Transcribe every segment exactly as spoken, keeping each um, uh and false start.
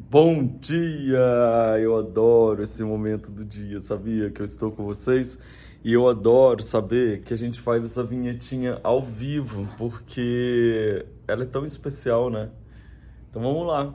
Bom dia! Eu adoro esse momento do dia, sabia? Que eu estou com vocês e eu adoro saber que a gente faz essa vinhetinha ao vivo, porque ela é tão especial, né? Então vamos lá.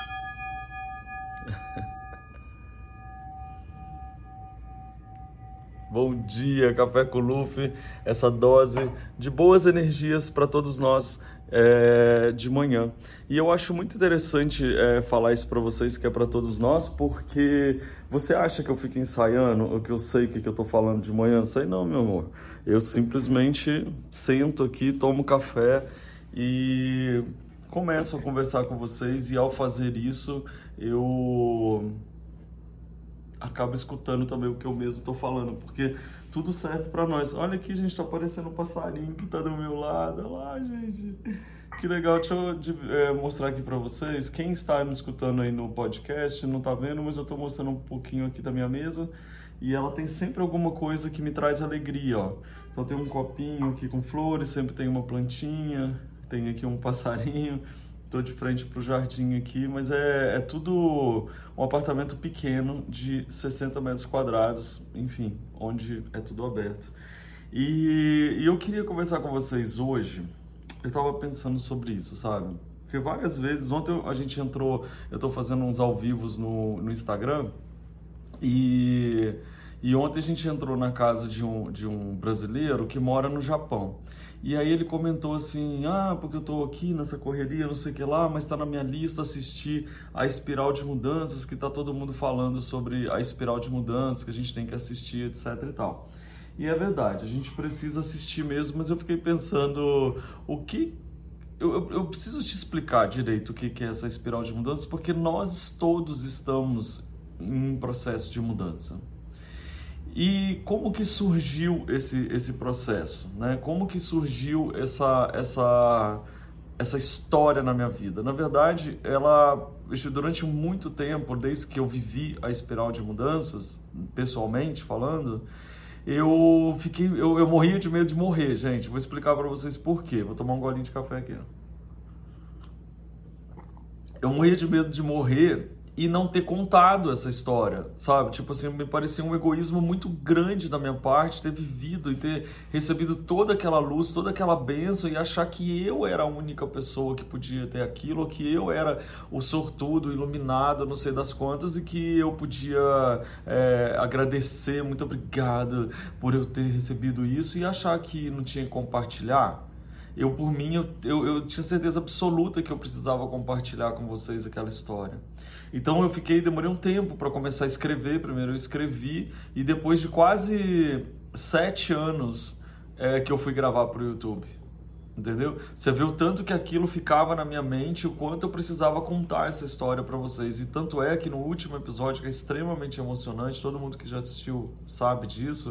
Bom dia, Café com Luffy, essa dose de boas energias para todos nós é, de manhã. E eu acho muito interessante é, falar isso para vocês, que é para todos nós, porque você acha que eu fico ensaiando, ou que eu sei o que, que eu tô falando de manhã? Não sei não, meu amor. Eu simplesmente sento aqui, tomo café e começo a conversar com vocês, e ao fazer isso, eu acaba escutando também o que eu mesmo tô falando, porque tudo serve pra nós. Olha aqui, gente, tá aparecendo um passarinho que tá do meu lado. Olha lá, gente. Que legal. Deixa eu é, mostrar aqui pra vocês. Quem está me escutando aí no podcast não tá vendo, mas eu tô mostrando um pouquinho aqui da minha mesa. E ela tem sempre alguma coisa que me traz alegria, ó. Então tem um copinho aqui com flores, sempre tem uma plantinha, tem aqui um passarinho. Tô de frente pro jardim aqui, mas é, é tudo um apartamento pequeno de sessenta metros quadrados, enfim, onde é tudo aberto. E, e eu queria conversar com vocês hoje, eu tava pensando sobre isso, sabe? Porque várias vezes, ontem a gente entrou, eu tô fazendo uns ao vivos no, no Instagram, e, e ontem a gente entrou na casa de um, de um brasileiro que mora no Japão. E aí ele comentou assim, ah, porque eu tô aqui nessa correria, não sei o que lá, mas tá na minha lista assistir a Espiral de Mudanças, que tá todo mundo falando sobre a Espiral de Mudanças, que a gente tem que assistir, etc e tal. E é verdade, a gente precisa assistir mesmo, mas eu fiquei pensando, o que... Eu, eu, eu preciso te explicar direito o que, que é essa Espiral de Mudanças, porque nós todos estamos em um processo de mudança. E como que surgiu esse, esse processo, né? Como que surgiu essa, essa, essa história na minha vida? Na verdade, ela, durante muito tempo, desde que eu vivi a espiral de mudanças, pessoalmente falando, eu fiquei, eu, eu morria de medo de morrer, gente. Vou explicar para vocês por quê. Vou tomar um golinho de café aqui, ó. Eu morria de medo de morrer e não ter contado essa história, sabe? Tipo assim, me parecia um egoísmo muito grande da minha parte ter vivido e ter recebido toda aquela luz, toda aquela bênção e achar que eu era a única pessoa que podia ter aquilo, ou que eu era o sortudo, iluminado, não sei das quantas, e que eu podia é, agradecer, muito obrigado por eu ter recebido isso, e achar que não tinha que compartilhar. Eu, por mim, eu, eu, eu tinha certeza absoluta que eu precisava compartilhar com vocês aquela história. Então eu fiquei, demorei um tempo para começar a escrever. Primeiro eu escrevi e depois de quase sete anos é, que eu fui gravar para o YouTube. Entendeu? Você vê o tanto que aquilo ficava na minha mente, o quanto eu precisava contar essa história para vocês. E tanto é que no último episódio, que é extremamente emocionante, todo mundo que já assistiu sabe disso,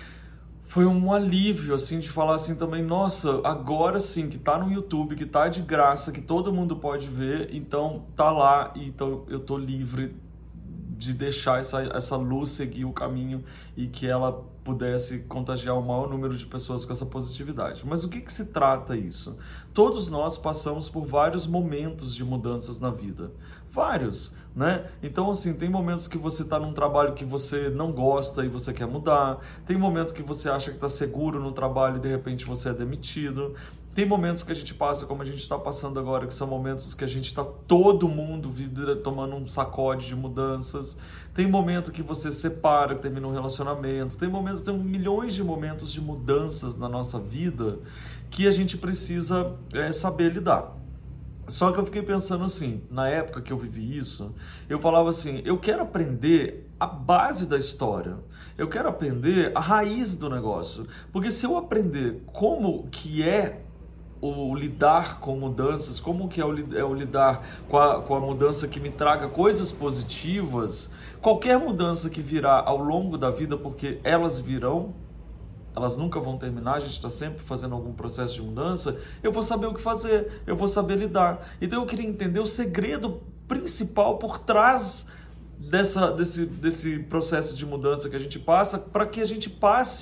foi um alívio, assim, de falar assim também, nossa, agora sim, que tá no YouTube, que tá de graça, que todo mundo pode ver, então tá lá, então eu tô livre de deixar essa, essa luz seguir o caminho e que ela pudesse contagiar o maior número de pessoas com essa positividade. Mas o que que se trata isso? Todos nós passamos por vários momentos de mudanças na vida. Vários, né? Então, assim, tem momentos que você está num trabalho que você não gosta e você quer mudar. Tem momentos que você acha que está seguro no trabalho e de repente você é demitido. Tem momentos que a gente passa, como a gente está passando agora, que são momentos que a gente está todo mundo tomando um sacode de mudanças. Tem momento que você separa, termina um relacionamento. Tem momentos, tem milhões de momentos de mudanças na nossa vida que a gente precisa é, saber lidar. Só que eu fiquei pensando assim, na época que eu vivi isso, eu falava assim, eu quero aprender a base da história, eu quero aprender a raiz do negócio, porque se eu aprender como que é o lidar com mudanças, como que é o, é o lidar com a, com a mudança que me traga coisas positivas, qualquer mudança que virá ao longo da vida, porque elas virão, elas nunca vão terminar, a gente está sempre fazendo algum processo de mudança, eu vou saber o que fazer, eu vou saber lidar. Então eu queria entender o segredo principal por trás dessa, desse, desse processo de mudança que a gente passa, para que a gente passe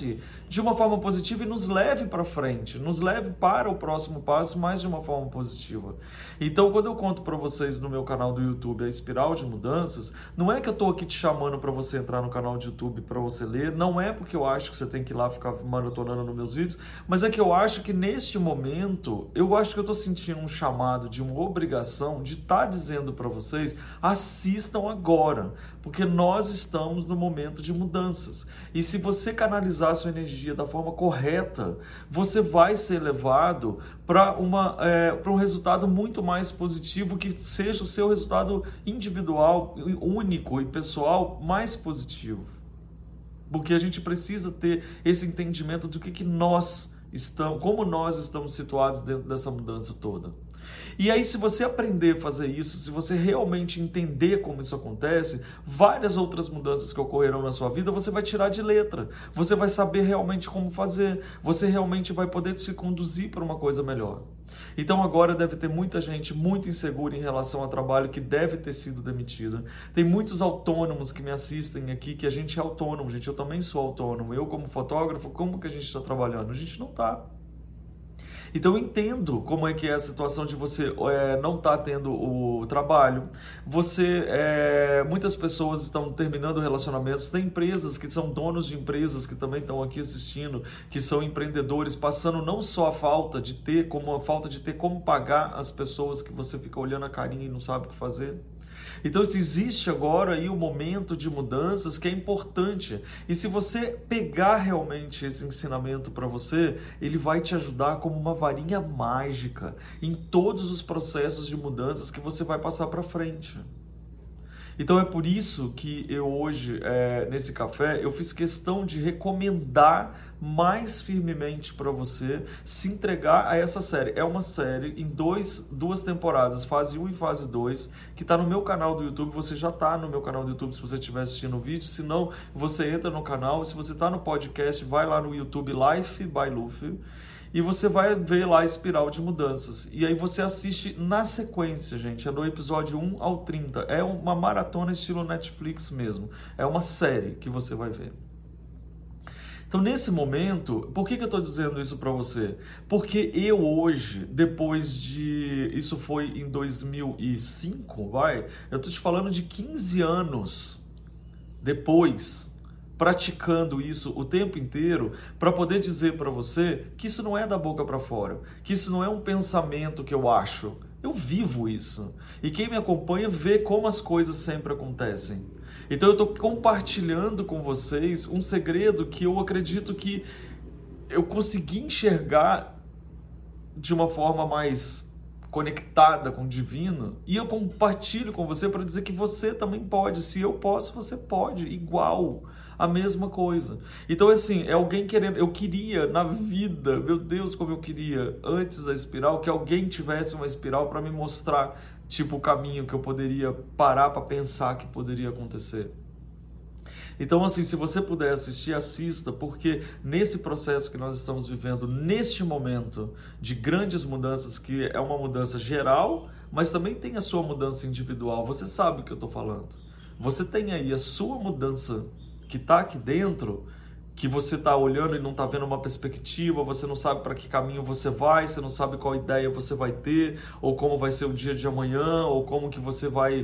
de uma forma positiva e nos leve para frente, nos leve para o próximo passo, mas de uma forma positiva. Então, quando eu conto para vocês no meu canal do YouTube a Espiral de Mudanças, não é que eu estou aqui te chamando para você entrar no canal de YouTube para você ler, não é porque eu acho que você tem que ir lá ficar maratonando nos meus vídeos, mas é que eu acho que neste momento, eu acho que eu estou sentindo um chamado de uma obrigação de estar tá dizendo para vocês, assistam agora, porque nós estamos no momento de mudanças. E se você canalizar a sua energia da forma correta, você vai ser levado para uma é, para um resultado muito mais positivo, que seja o seu resultado individual, único e pessoal mais positivo. Porque a gente precisa ter esse entendimento do que, que nós estamos, como nós estamos situados dentro dessa mudança toda. E aí, se você aprender a fazer isso, se você realmente entender como isso acontece, várias outras mudanças que ocorrerão na sua vida, você vai tirar de letra. Você vai saber realmente como fazer. Você realmente vai poder se conduzir para uma coisa melhor. Então agora deve ter muita gente muito insegura em relação ao trabalho que deve ter sido demitida. Tem muitos autônomos que me assistem aqui, que a gente é autônomo, gente. Eu também sou autônomo. Eu, como fotógrafo, como que a gente está trabalhando? A gente não está. Então eu entendo como é que é a situação de você é, não estar tá tendo o trabalho. Você, é, muitas pessoas estão terminando relacionamentos. Tem empresas que são donos de empresas que também estão aqui assistindo, que são empreendedores, passando não só a falta de ter, como a falta de ter como pagar as pessoas que você fica olhando a carinha e não sabe o que fazer. Então existe agora aí um momento de mudanças que é importante, e se você pegar realmente esse ensinamento para você, ele vai te ajudar como uma varinha mágica em todos os processos de mudanças que você vai passar para frente. Então é por isso que eu hoje, é, nesse café, eu fiz questão de recomendar mais firmemente para você se entregar a essa série. É uma série em dois, duas temporadas, fase um e fase dois, que está no meu canal do YouTube. Você já está no meu canal do YouTube se você estiver assistindo o vídeo. Se não, você entra no canal. Se você está no podcast, vai lá no YouTube Life by Luffy. E você vai ver lá a Espiral de Mudanças. E aí você assiste na sequência, gente. É do episódio um ao trinta. É uma maratona estilo Netflix mesmo. É uma série que você vai ver. Então, nesse momento, por que que eu estou dizendo isso para você? Porque eu hoje, depois de... Isso foi em dois mil e cinco, vai? Eu estou te falando de quinze anos depois, praticando isso o tempo inteiro, para poder dizer para você que isso não é da boca para fora, que isso não é um pensamento que eu acho, eu vivo isso. E quem me acompanha vê como as coisas sempre acontecem. Então eu estou compartilhando com vocês um segredo que eu acredito que eu consegui enxergar de uma forma mais conectada com o divino, e eu compartilho com você para dizer que você também pode. Se eu posso, você pode, igual. A mesma coisa. Então, assim, é alguém querendo... Eu queria na vida, meu Deus, como eu queria, antes da espiral, que alguém tivesse uma espiral para me mostrar, tipo, o caminho que eu poderia parar para pensar que poderia acontecer. Então, assim, se você puder assistir, assista, porque nesse processo que nós estamos vivendo, neste momento de grandes mudanças, que é uma mudança geral, mas também tem a sua mudança individual, você sabe o que eu estou falando. Você tem aí a sua mudança que está aqui dentro, que você está olhando e não está vendo uma perspectiva, você não sabe para que caminho você vai, você não sabe qual ideia você vai ter, ou como vai ser o dia de amanhã, ou como que você vai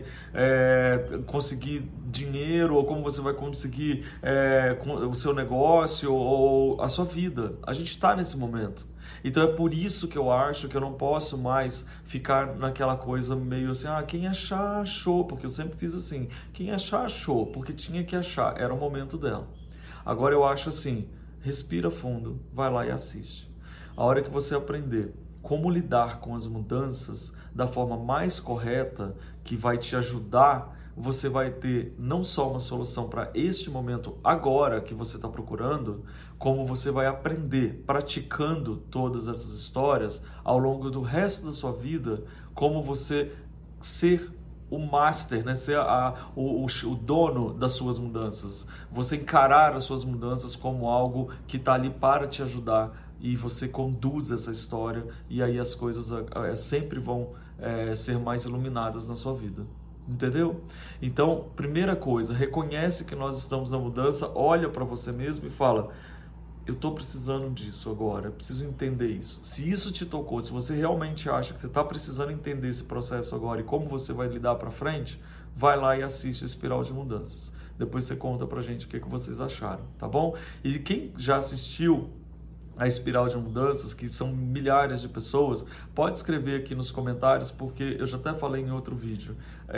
é, conseguir dinheiro, ou como você vai conseguir é, o seu negócio, ou a sua vida. A gente está nesse momento. Então é por isso que eu acho que eu não posso mais ficar naquela coisa meio assim, ah, quem achar, achou, porque eu sempre fiz assim, quem achar, achou, porque tinha que achar, era o momento dela. Agora eu acho assim, respira fundo, vai lá e assiste. A hora que você aprender como lidar com as mudanças da forma mais correta, que vai te ajudar, você vai ter não só uma solução para este momento agora que você está procurando, como você vai aprender praticando todas essas histórias ao longo do resto da sua vida, como você ser o master, né? Ser a, o, o dono das suas mudanças. Você encarar as suas mudanças como algo que está ali para te ajudar, e você conduz essa história, e aí as coisas é, sempre vão é, ser mais iluminadas na sua vida. Entendeu? Então, primeira coisa, reconhece que nós estamos na mudança, olha para você mesmo e fala, eu tô precisando disso agora, eu preciso entender isso. Se isso te tocou, se você realmente acha que você está precisando entender esse processo agora e como você vai lidar para frente, vai lá e assiste a Espiral de Mudanças. Depois você conta pra gente o que, que vocês acharam, tá bom? E quem já assistiu a Espiral de Mudanças, que são milhares de pessoas, pode escrever aqui nos comentários, porque eu já até falei em outro vídeo.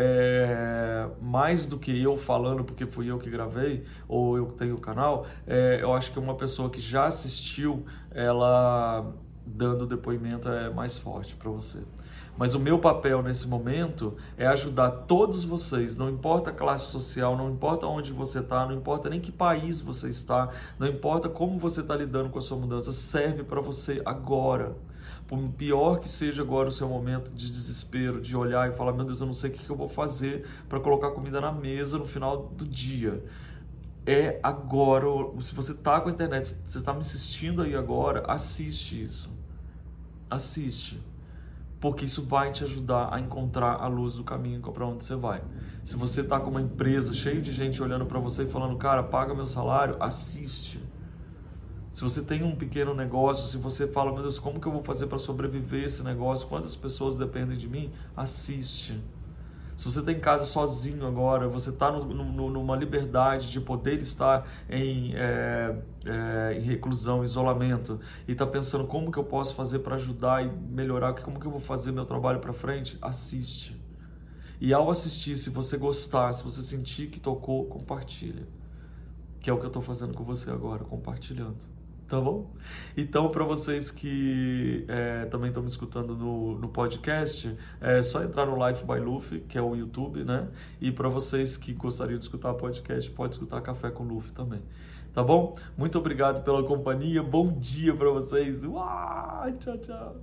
É, mais do que eu falando, porque fui eu que gravei, ou eu que tenho o canal, é, eu acho que uma pessoa que já assistiu, ela dando depoimento é mais forte para você. Mas o meu papel nesse momento é ajudar todos vocês, não importa a classe social, não importa onde você está, não importa nem que país você está, não importa como você está lidando com a sua mudança, serve para você agora. Por pior que seja agora o seu momento de desespero, de olhar e falar, meu Deus, eu não sei o que eu vou fazer para colocar comida na mesa no final do dia. É agora, se você está com a internet, você está me assistindo aí agora, assiste isso. Assiste. Porque isso vai te ajudar a encontrar a luz do caminho para onde você vai. Se você está com uma empresa cheia de gente olhando para você e falando, cara, paga meu salário, assiste. Se você tem um pequeno negócio, se você fala, meu Deus, como que eu vou fazer para sobreviver esse negócio? Quantas pessoas dependem de mim? Assiste. Se você está em casa sozinho agora, você está numa liberdade de poder estar em, é, é, em reclusão, isolamento, e está pensando como que eu posso fazer para ajudar e melhorar, como que eu vou fazer meu trabalho para frente, assiste. E ao assistir, se você gostar, se você sentir que tocou, compartilha. Que é o que eu estou fazendo com você agora, compartilhando. Tá bom? Então, para vocês que é, também estão me escutando no, no podcast, é só entrar no Life by Luffy, que é o YouTube, né? E para vocês que gostariam de escutar podcast, pode escutar Café com Luffy também. Tá bom? Muito obrigado pela companhia, bom dia para vocês. Uau, tchau, tchau.